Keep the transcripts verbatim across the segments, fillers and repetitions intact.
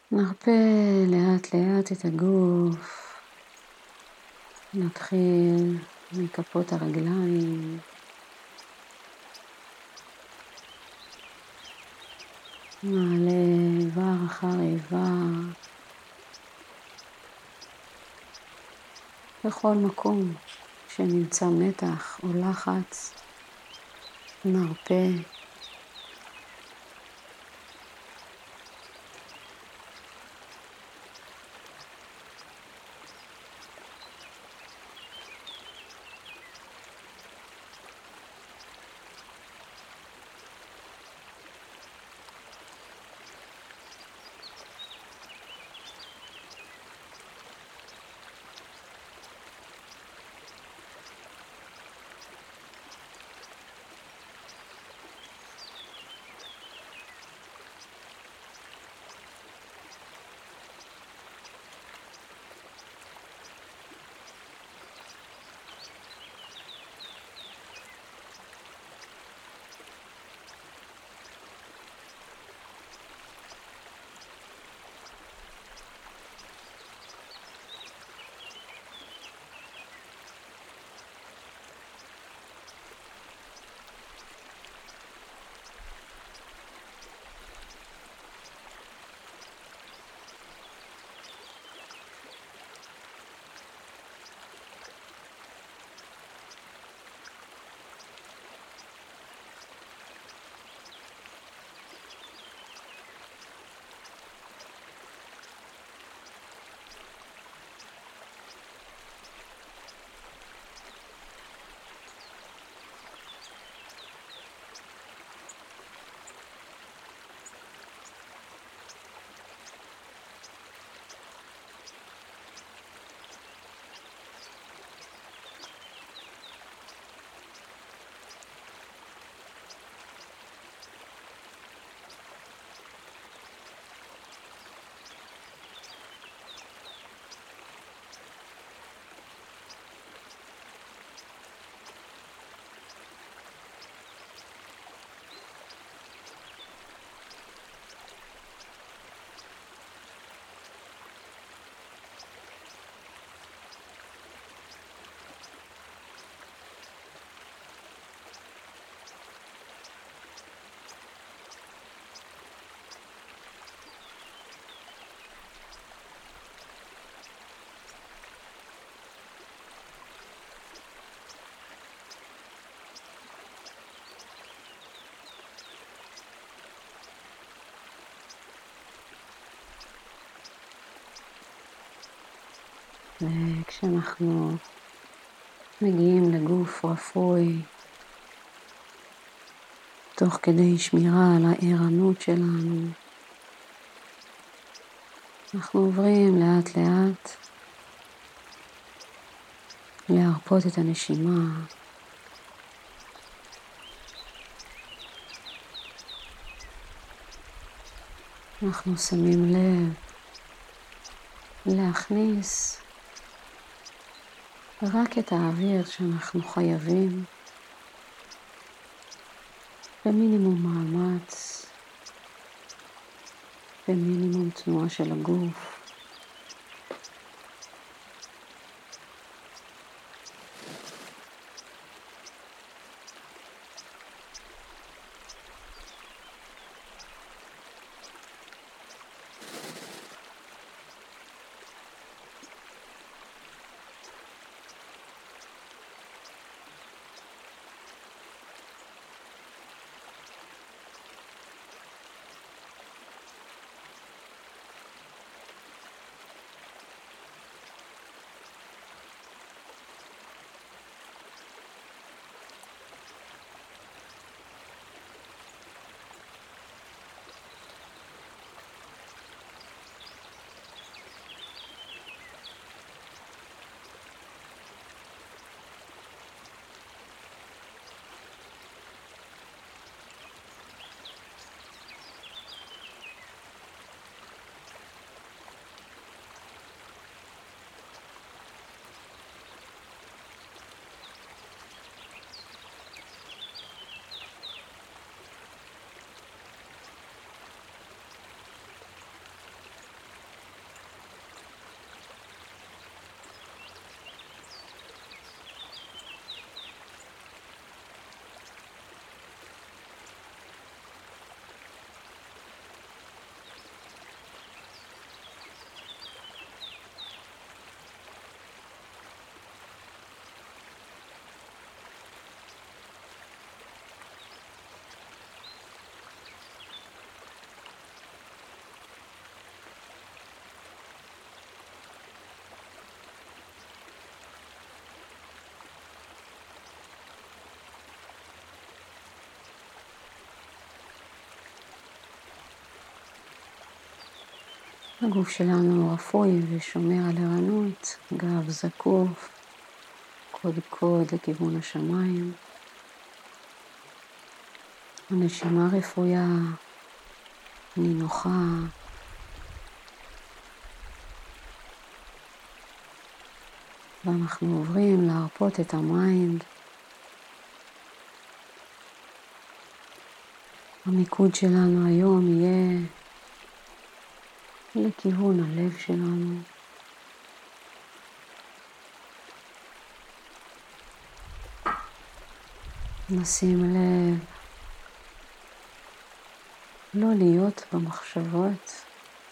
נרפה לאט לאט את הגוף, נתחיל מכפות הרגליים, נעלה איבר אחר איבר, בכל מקום שנמצא מתח או לחץ, נרפה. וכשאנחנו מגיעים לגוף רפוי, תוך כדי שמירה על הערנות שלנו, אנחנו עוברים לאט לאט להרפות את הנשימה, אנחנו שמים לב להכניס רק את האוויר שאנחנו חייבים, במינימום מאמץ, במינימום תנועה של הגוף. הגוף שלנו רפוי ושומר על ערנות, גב זקוף, קודקוד לכיוון השמיים. הנשימה רפויה, נינוחה. ואנחנו עוברים להרפות את המיינד. המיקוד שלנו היום יהיה לכיוון הלב שלנו. נשים לב לא להיות במחשבות,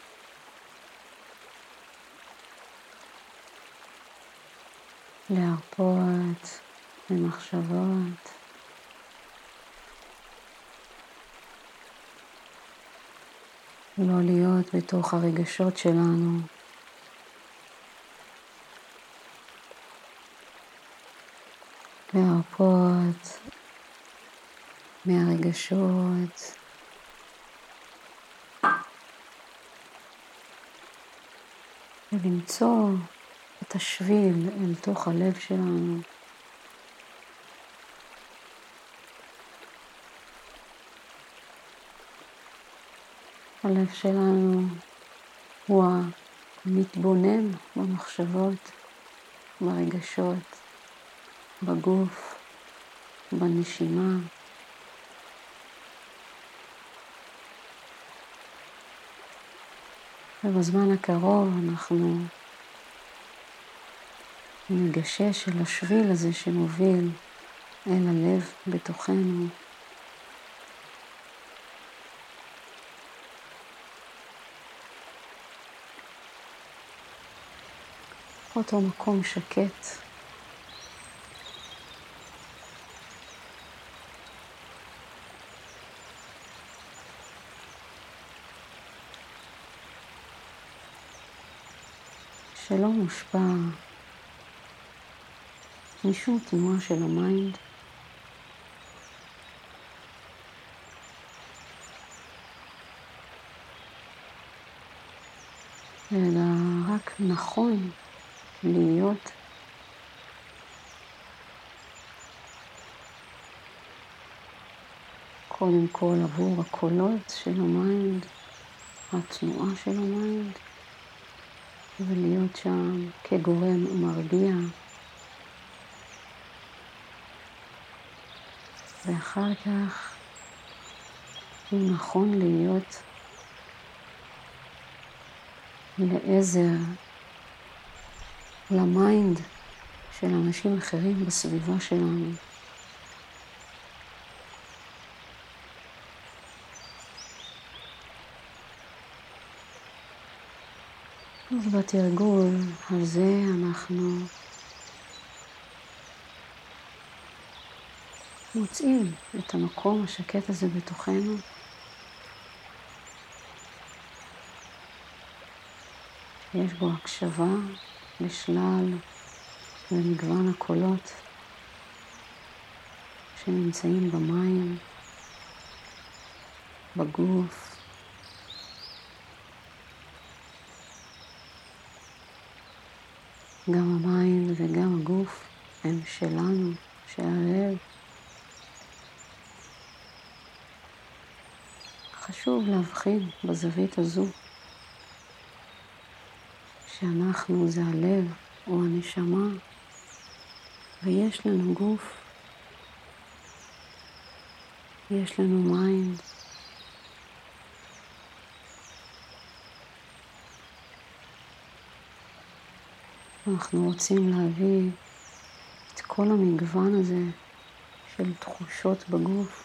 להרפות במחשבות, לא להיות בתוך הרגשות שלנו, להרפות מהרגשות, ולמצוא את השביל אל תוך הלב שלנו. הלב שלנו הוא המתבונן במחשבות, ברגשות, בגוף, בנשימה. ובזמן הקרוב אנחנו נגשש אל השביל הזה שמוביל אל הלב בתוכנו. אותו מקום שקט. שלא מושפע משום תנועה של המיינד. אלא רק נכון להיות קודם כל עבור הקולות של המיינד, התנועה של המיינד, ולהיות שם כגורם מרגיע. ואחר כך הוא נכון להיות לעזר למיינד של אנשים אחרים בסביבה שלנו. אז בתרגול הזה אנחנו מוצאים את המקום השקט הזה בתוכנו. יש בו הקשבה לשלל ומגוון הקולות שנמצאים במים, בגוף. גם המים וגם הגוף הם שלנו, של הלב. חשוב להבחין בזווית הזו שאנחנו זה הלב או הנשמה, ויש לנו גוף, יש לנו מיינד. אנחנו רוצים להביא את כל המגוון הזה של תחושות בגוף,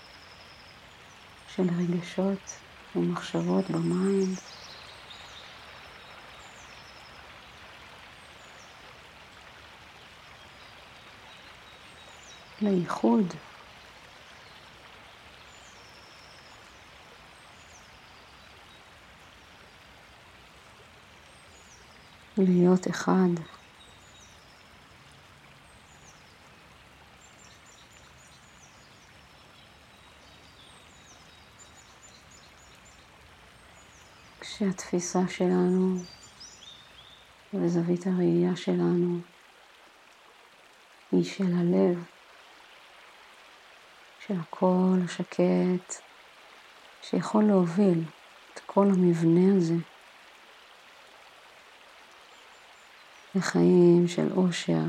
של רגשות ומחשבות במיינד, לייחוד. להיות אחד. שהתפיסה שלנו וזווית הראייה שלנו היא של הלב, של הקול השקט, שיכול להוביל את כל המבנה הזה לחיים של אושר,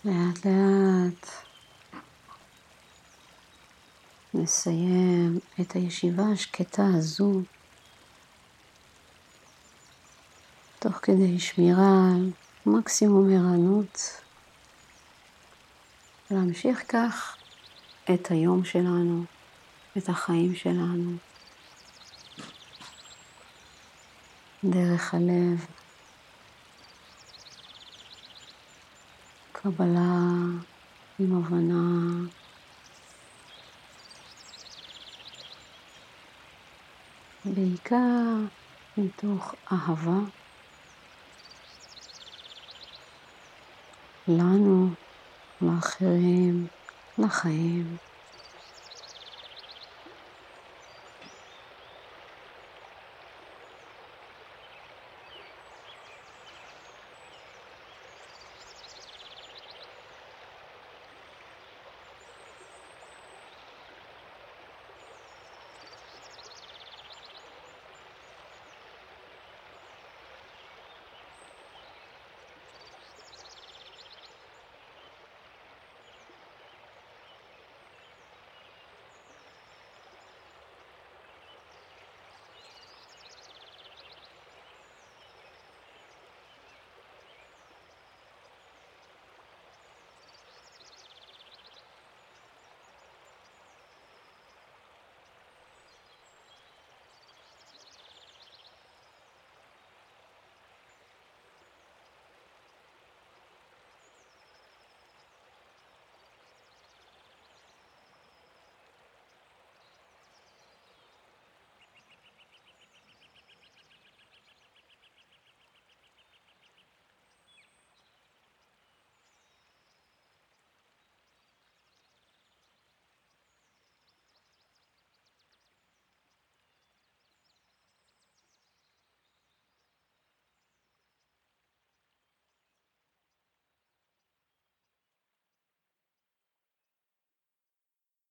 לאט לאט נסיים את הישיבה השקטה הזו, תוך כדי שמירה על מקסימום ערנות, להמשיך כך את היום שלנו, את החיים שלנו, דרך הלב, קבלה עם הבנה, בעיקר מתוך אהבה לנו, לאחרים, לחיים.